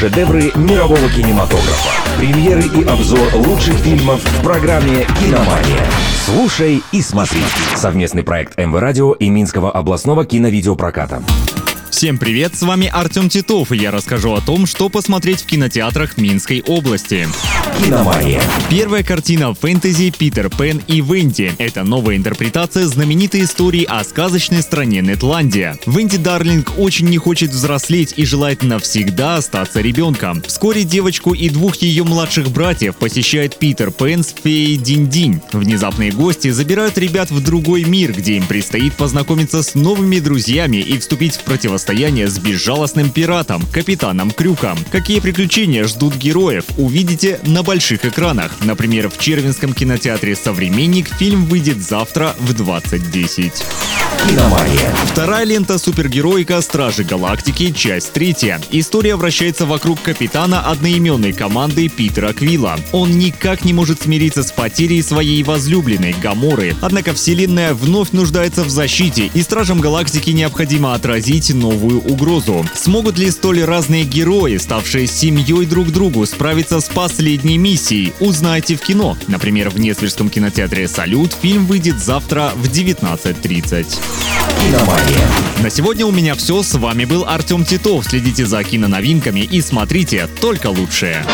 Шедевры мирового кинематографа. Премьеры и обзор лучших фильмов в программе «Киномания». Слушай и смотри. Совместный проект МВ Радио и Минского областного киновидеопроката. Всем привет, с вами Артем Титов, и я расскажу о том, что посмотреть в кинотеатрах Минской области. «Киномания». Первая картина фэнтези «Питер Пен и Венди». Это новая интерпретация знаменитой истории о сказочной стране Нетландия. Венди Дарлинг очень не хочет взрослеть и желает навсегда остаться ребенком. Вскоре девочку и двух ее младших братьев посещает Питер Пен с феей Динь-Динь. Внезапные гости забирают ребят в другой мир, где им предстоит познакомиться с новыми друзьями и вступить в противостояние с безжалостным пиратом, капитаном Крюком. Какие приключения ждут героев, увидите на больших экранах. Например, в Червинском кинотеатре «Современник» фильм выйдет завтра в 20:10. «Киномания». Вторая лента супергероика «Стражи Галактики», часть 3. История вращается вокруг капитана одноименной команды Питера Квилла. Он никак не может смириться с потерей своей возлюбленной Гаморы. Однако вселенная вновь нуждается в защите, и Стражам Галактики необходимо отразить новую угрозу. Смогут ли столь разные герои, ставшие семьей друг другу, справиться с последней миссией? Узнайте в кино. Например, в Несвежском кинотеатре «Салют» фильм выйдет завтра в 19:30. «Киномания». На сегодня у меня все. С вами был Артем Титов. Следите за киноновинками и смотрите только лучшее.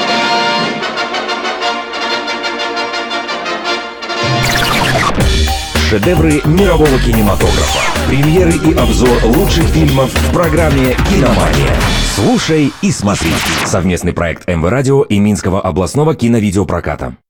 Шедевры мирового кинематографа. Премьеры и обзор лучших фильмов в программе «Киномания». Слушай и смотри. Совместный проект МВ Радио и Минского областного киновидеопроката.